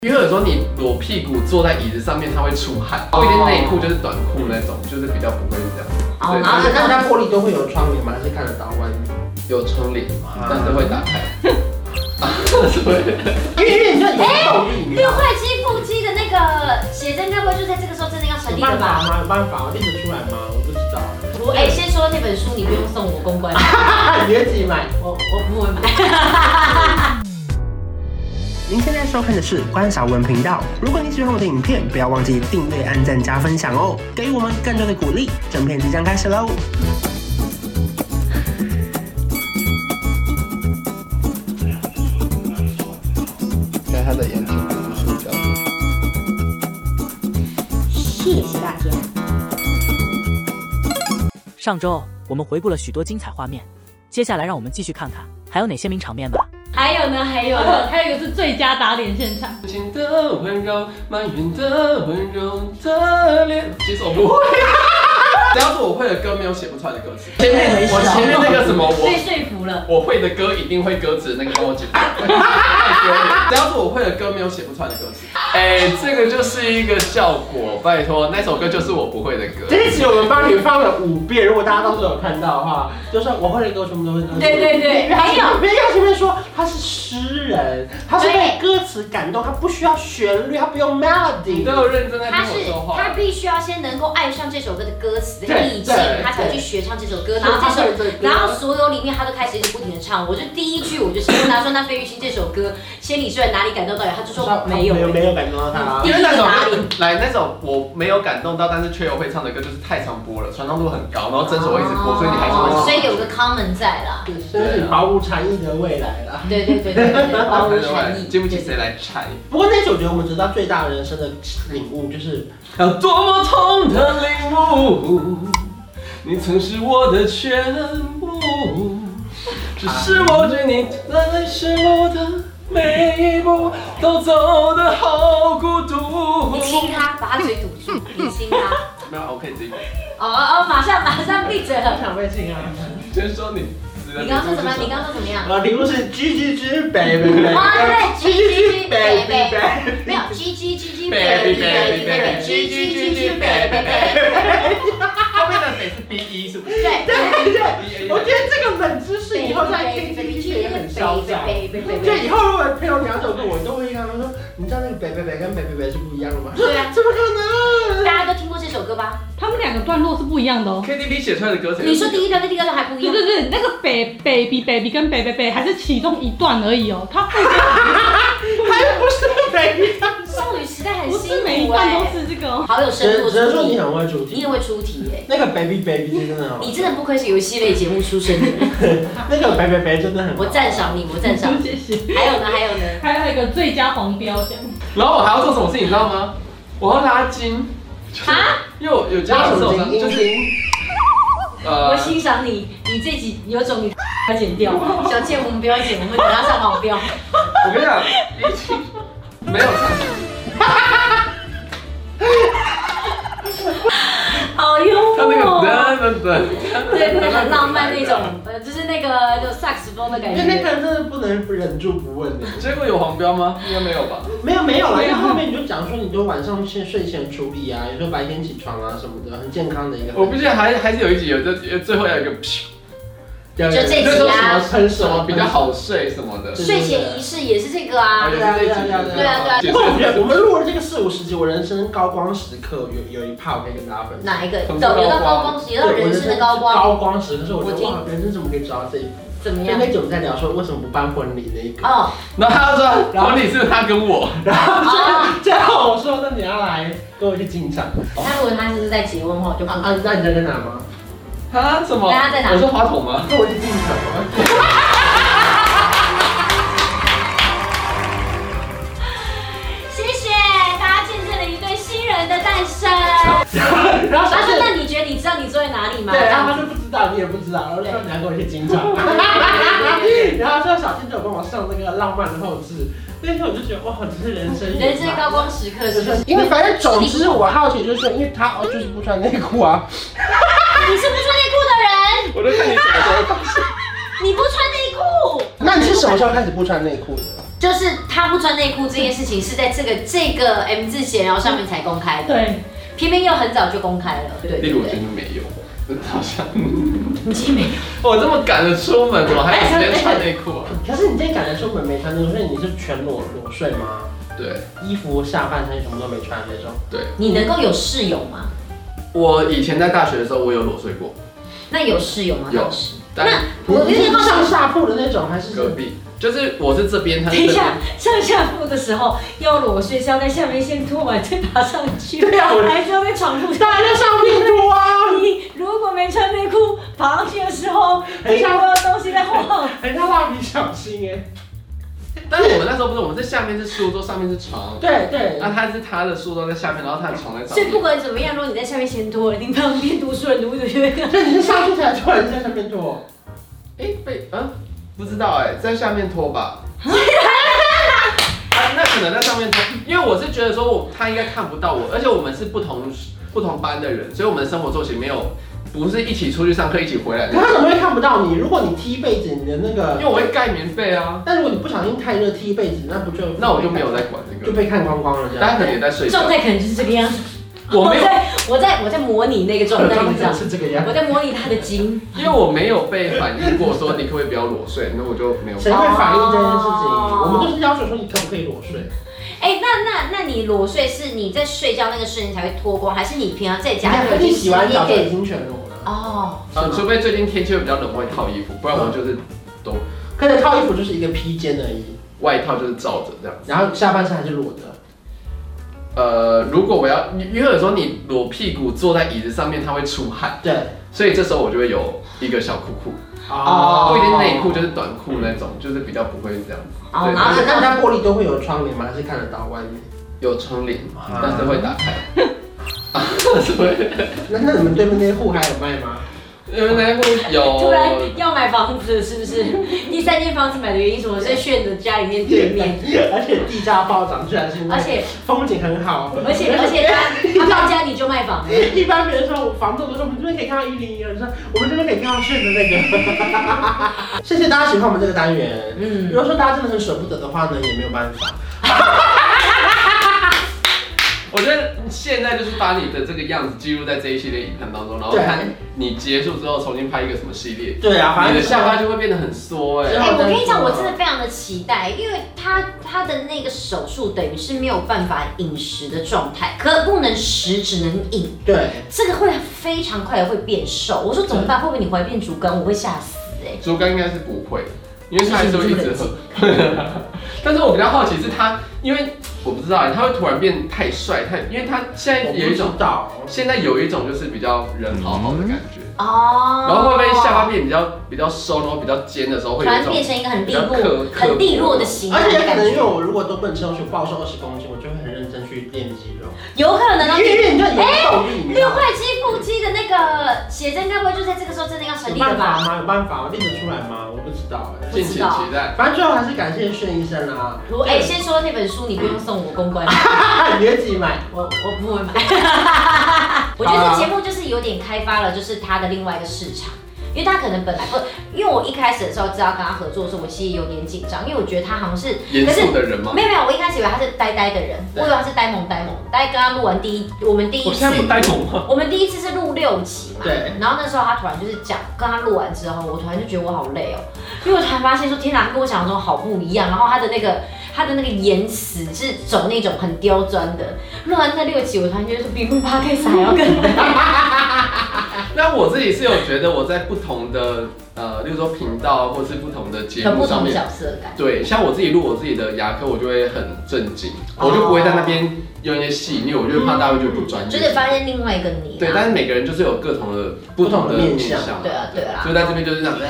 因为有时候你裸屁股坐在椅子上面，它会出汗，不一定内裤就是短裤那种，就是比较不会这样。 好，然后那玻璃都会有窗帘吗？还是看得到外面？ 有窗帘，但是会打开。 因为你看有动力。 六块肌腹肌的那个写真，该不会就在这个时候真的要成立了吧？ 有办法，立得出来吗？我不知道。 先说那本书，你不用送我公关， 你会自己买？ 我不会买。 您现在收看的是关少文频道。如果你喜欢我的影片，不要忘记订阅、按赞、加分享哦，给予我们更多的鼓励。整片即将开始喽！ 看他的眼睛是这样。 谢谢大家。 上周我们回顾了许多精彩画面，接下来让我们继续看看还有哪些名场面吧。 还有呢，还有一个是最佳打脸现场。 轻轻的温柔，埋怨的温柔的脸。其实我不会，只要是我会的歌，没有写不出来的歌词。前面那个什么， 被说服了。 我会的歌一定会歌词，那个帮我解。只要是我会的歌，没有写不出来的歌词。这个就是一个效果，拜托，那首歌就是我不会的歌。 这一集我们帮你放了5遍，如果大家到时候有看到的话，就是我会的歌全部都会。 对， 还有，因为他前面说他是诗人，他是被歌词感动，他不需要旋律，他不用 melody。 你都有认真在听我说话。 他必须要先能够爱上这首歌的歌词的意境，他才会去学唱这首歌。然后所有里面他都开始一直不停的唱。我就第一句我就先问他说：“那费玉清这首歌，千里之外哪里感动到你？”他就说没有感动到他。 因为那首我没有感动到，但是却又会唱的歌，就是太常播了，传唱度很高，然后真手会一直播，所以你还是会。 所以有个 common 在啦， 是毫无禅意的未来啦。 对，毫无禅意。 经不起谁来拆。 不过那首我觉得我们得到最大的人生的领悟，就是要多么痛的领悟，你曾是我的全部，只是我对你来时路的每一步都走得好孤独。 你亲他，把他嘴堵住，你亲他。 没有，我可以自己。 马上闭嘴了。 想被亲啊！ 先说你。 你刚刚说什么？你刚刚说怎么样？ 题目是 G baby。 啊，对 G baby。没有 G baby baby。 后面的得是 BE 是不是？ 对。 我觉得这个冷知识以后在 KTV 也很嚣张。就以后如果朋友聊这首歌，我都会跟他们说，你知道那个 baby 跟 baby 是不一样的吗？ 对啊， 怎么可能？ 大家都听过这首歌吧？ 他们2个段落是不一样的哦。 KTV 写出来的歌词。 你说第一段跟第二段还不一样？ 对，那个 baby 跟 baby 还是其中一段而已哦。它还不是每一段。 少女时代很不辛苦是每一段都是这个哦。 好有深度。 只能说你很会出题。 你也会出题耶。 那个 baby 真的好。 你真的不愧是游戏类节目出身的人。 那个 baby 真的很。 我赞赏你， 谢谢。 还有呢？ 还有一个最佳黄标奖。 然后我还要做什么事情，你知道吗？我要拉筋。因为我有肩膀受伤，就是。 我欣赏你，你这集有种你要剪掉，小倩我们不要剪，我们等他上黄标。 我跟你讲，已经没有好幽默。 他那个对，很浪漫那种，就是那个萨克斯风的感觉。 因为那个人真的不能忍住不问的。 结果有黄标吗？应该没有吧？ 没有啦，因为后面你就讲说你都晚上睡前处理啊，有时候白天起床啊什么的，很健康的一个。 我不记得还是有一集最后要一个。 就这集啊， 什么比较好睡什么的， 睡前仪式也是这个啊。 对啊。我们录了这个4、50集，我人生高光时刻有一 part 可以跟大家分享。 哪一个？有到高光时，有到人生的高光。 高光时刻是我觉得哇，人生怎么可以走到这一步？ 怎么样？ 那集我们在聊说为什么不办婚礼那一个。 哦。 然后他说婚礼是他跟我， 然后最后我说那你要来跟我去进场。 那如果他是在结婚的话，就不。 那你在哪吗？ 他什么？ 大家在哪？ 我说话筒吗？ 跟我去进场吗？ 谢谢大家见证了一对新人的诞生。 然后他说：“那你觉得你知道你坐在哪里吗？” 对，然后他就不知道，你也不知道，然后说你要跟我去进场。然后说小倩就有帮我上那个浪漫的后置。那天我就觉得哇，这是人生高光时刻，是不是？ 因为反正总之我好奇就是说，因为他就是不穿内裤啊。 你是不穿内裤的人。 我都看你什么时候发现。 你不穿内裤。 那你是什么时候开始不穿内裤的？ 就是他不穿内裤这件事情是在这个 M 字闲聊上面才公开的， 对， 偏偏又很早就公开了，对。 例如我今天没有，好像你今天没有， 我这么赶着出门，我还有时间穿内裤啊？ 可是你今天赶着出门没穿内裤，所以你是全裸睡吗？ 对， 衣服下半身什么都没穿那种。 对。 你能够有室友吗？ 我以前在大学的时候，我有裸睡过。 那有室友吗？ 有。 那我有点上下铺的那种，还是隔壁？就是我是这边，他是等一下，上下铺的时候要裸睡，是要在下面先脱完再爬上去， 对啊， 还是要在床铺当然在上面脱啊。 你如果没穿内裤爬上去的时候，屁股有东西在晃， 很像蜡笔小新哎。 但是我们那时候不是，我们在下面是书桌，上面是床。 对对。 那他是他的书桌在下面，然后他的床在上面。 所以不管怎么样，如果你在下面先脱，你旁边读书人读一读就会。 所以你是上去才脱，还是在上面脱？ 不知道在下面脱吧。那可能在上面脱，因为我是觉得说他应该看不到我，而且我们是不同班的人，所以我们的生活作息不是一起出去上课一起回来的。 可他怎么会看不到你？如果你踢被子，你的那个…… 因为我会盖棉被啊。 但如果你不小心太热踢被子，那我就没有在管这个， 就被看光光了这样。 大家可能也在睡觉。 状态可能就是这个样子。 我在模拟那个状态，你知道是这个样子。 我在模拟他的筋。 因为我没有被反映过说你可不可以不要裸睡，那我就没有。 谁会反映这件事情？我们就是要求说你可不可以裸睡。 那你裸睡是你在睡觉那个瞬间才会脱光，还是你平常在家你洗完澡就已经全裸了？ 哦。 除非最近天气会比较冷，会套衣服，不然我就是都。 可是套衣服就是一个披肩而已， 外套就是罩着这样。 然后下半身还是裸的。 如果因为有时候你裸屁股坐在椅子上面，它会出汗。 对。 所以这时候我就会有一个小裤裤。不一定内裤，就是短裤那种，就是比较不会这样子。 对。那人家玻璃都会有窗帘吗？还是看得到外面？ 有窗帘，但是会打开。 那你们对面那些户还有卖吗？ 因为那户有。 突然要买房子是不是？第3间房子买的原因什么？在炫的家里面对面， 而且地价暴涨，居然是而且风景很好， 而且他搬家你就卖房了。 一般别人说房东都说我们这边可以看到101，说我们这边可以看到炫的那个。谢谢大家喜欢我们这个单元。如果说大家真的很舍不得的话呢，也没有办法。 我觉得现在就是把你的这个样子记录在这一系列影片当中，然后看你结束之后重新拍一个什么系列。 对啊，反正你的下巴就会变得很缩我跟你讲，我真的非常的期待，因为他的那个手术等于是没有办法饮食的状态，可不能食，只能饮。 对， 这个会非常快的会变瘦。我说怎么办？会不会你怀变竹竿？我会吓死竹竿应该是不会，因为他还是会一直喝。但是我比较好奇是他，因为我不知道他会突然变太帅，因为他现在有一种现在有一种就是比较人好好的感觉。哦。然后会不会下巴变比较收，然后比较尖的时候会有一种突然变成一个很利落的形态？ 而且可能因为我如果都不能吃东西，我暴瘦20公斤，我就会很认真去练肌肉。 有可能哦， 因为你就有动力。 6块肌腹肌的那个写真，该不会就在这个时候真的要成立了吧？ 有办法吗？练得出来吗？我不知道敬请期待。 反正最后还是感谢炫医生啦。 先说那本书，你不用送我公关， 你会自己买？ 我不会买。我觉得这节目就是有点开发了，就是它的另外一个市场。因为他可能本来不，因为我一开始的时候知道跟他合作的时候，我其实有点紧张，因为我觉得他好像是严肃的人吗？ 没有，我一开始以为他是呆呆的人，我以为他是呆萌。大概跟他录完我们第一次， 我现在不呆萌吗？ 我们第一次是录6集嘛， 对。 然后那时候他突然就是讲，跟他录完之后，我突然就觉得我好累哦，因为我突然发现说，天哪，跟我想象中好不一样。然后他的那个言辞是走那种很刁钻的。录完那6集，我突然觉得说比录 podcast 还要更累。 那我自己是有觉得我在不同的例如说频道或是不同的节目上面， 有不同的角色感。 对，像我自己录我自己的牙科，我就会很正经，我就不会在那边用一些戏，因为我就怕大家会觉得不专业。 就是发现另外一个你。 对，但是每个人就是有不同的面向。 对啊。 所以在这边就是这样。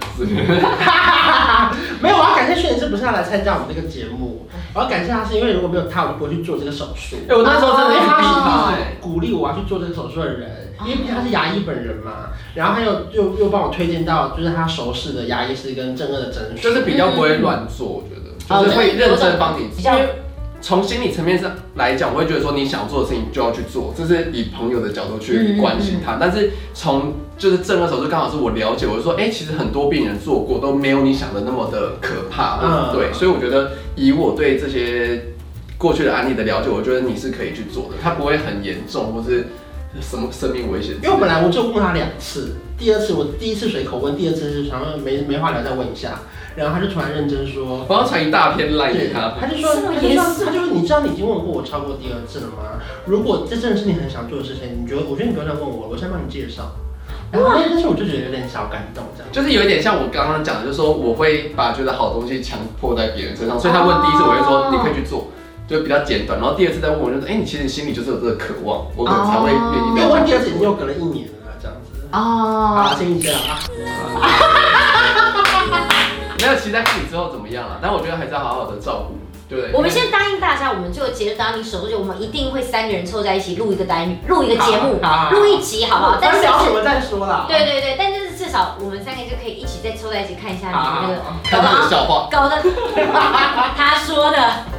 没有，我要感谢炫医生不是要来参加我们这个节目，我要感谢他是因为如果没有他，我就不会去做这个手术。 我那时候真的， 因为他是一直鼓励我要去做这个手术的人。因为他是牙医本人嘛，然后他又帮我推荐到就是他熟识的牙医师跟正二的诊所， 就是比较不会乱做，我觉得就是会认真帮你。因为从心理层面上来讲，我会觉得说你想做的事情就要去做，这是以朋友的角度去关心他。但是从就是正二手就刚好是我了解，我就说，其实很多病人做过都没有你想的那么的可怕。对，所以我觉得以我对这些过去的案例的了解，我觉得你是可以去做的，它不会很严重或是什么生命危险。 因为本来我就问他2次，第2次我第1次随口问，第2次是想说没话聊再问一下。然后他就突然认真说， 我要传一大篇赖给他。 他就说你知道你已经问过我超过第2次了吗？如果这真的是你很想做的事情，我觉得你不用再问我，我先帮你介绍。然后但是我就觉得有点小感动，这样就是有一点像我刚刚讲的，就是说我会把觉得好东西强迫在别人身上，所以他问第1次我会说你可以去做。就比较简短，然后第2次再问我，就说，你其实心里就是有这个渴望，我可能才会愿意。 因为问第2次已经又隔了1年了，这样子。好，先一下没有期待看你之后怎么样了，但我觉得还是要好好的照顾，对不对？ 我们先答应大家，我们就结束当你手术，我们一定会3个人凑在一起录一个节目，录一集，好不好？ 但是聊什么再说啦。 对，但是至少我们3个就可以一起再凑在一起看一下你那个看这个笑话， 搞得他说的。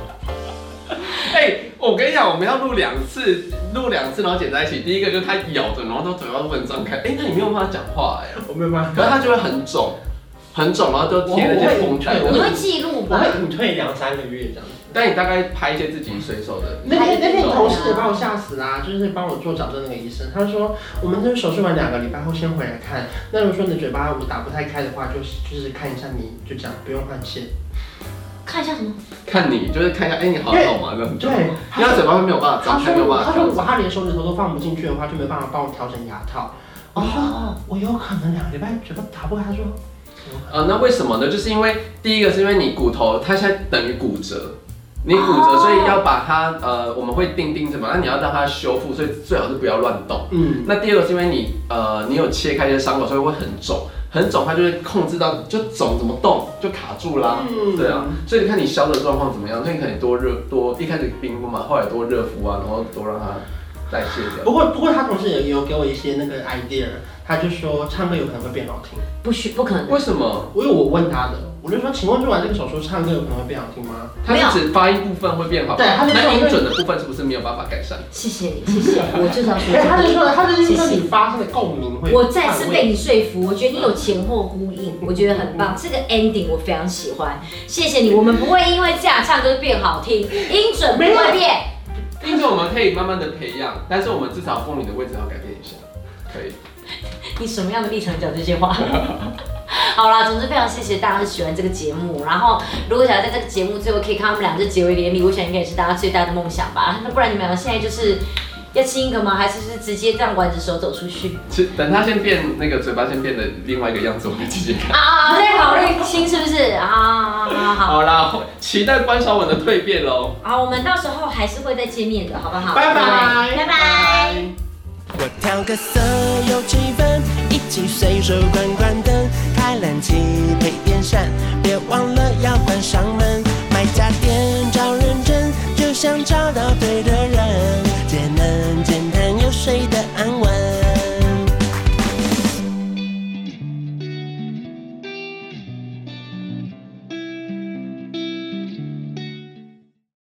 我跟你讲，我们要录2次，然后剪在一起。第一个就是他咬着，然后都嘴巴不能张开，那你没有办法讲话我没有办法。 可是他就会很肿，然后就贴了一些封条。 你会记录吧？ 我会隐退2-3个月这样子。 但你大概拍一些自己随手的。 那天同事也把我吓死啦，就是帮我做矫正那个医生，他说我们这手术完2个礼拜后先回来看。那如果说你的嘴巴打不太开的话，就是看一下你就这样，不用换线。 看一下什么？ 看你就是看一下，你好还好吗？这样对， 因为他嘴巴会没有办法张开，没有办法。 他说如果他连手指头都放不进去的话，就没办法帮我调整牙套。我说我有可能2个礼拜嘴巴打不开。他说那为什么呢？就是因为第一个是因为你骨头它现在等于骨折。你骨折，所以要把它我们会钉着嘛，那你要让它修复，所以最好是不要乱动。那第2个是因为你有切开一些伤口，所以会很肿，它就会控制到就肿怎么动就卡住啦。对啊，所以你看你消的状况怎么样？所以你可以多一开始冰敷嘛，后来多热敷啊，然后多让它代谢掉。 不过他同事也有给我一些那个 idea， 他就说唱歌有可能会变好听。 不可能。 为什么？ 因为我问他的，我就说，请问做完这个手术，唱歌有可能会变好听吗？ 他是指发音部分会变好， 对，他就那音准的部分是不是没有办法改善？谢谢你，我就是要说。 他就是说你发生的共鸣会。 我再次被你说服，我觉得你有前后呼应，我觉得很棒，这个 ending 我非常喜欢，谢谢你。我们不会因为这样唱歌变好听，音准不会变。 音准我们可以慢慢的培养，但是我们至少凤梨的位置要改变一下，可以。 你什么样的立场讲这些话？好啦，总之非常谢谢大家喜欢这个节目。然后，如果想要在这个节目最后可以看他们俩这结为连理，我想应该也是大家最大的梦想吧。那不然你们俩现在就是要亲一个吗？还是直接这样挽着手走出去？ 等他先变那个嘴巴先变得另外一个样子，我们直接看。 再考虑亲是不是？ 好啦，期待关韶文的蜕变喽。 好，我们到时候还是会再见面的，好不好？ 拜拜， 拜拜。 我调个色有气氛，一起随手关关灯，开冷气配电扇，别忘了要关上门。买家电找认真，就像找到对的人，节能减碳有谁的安稳。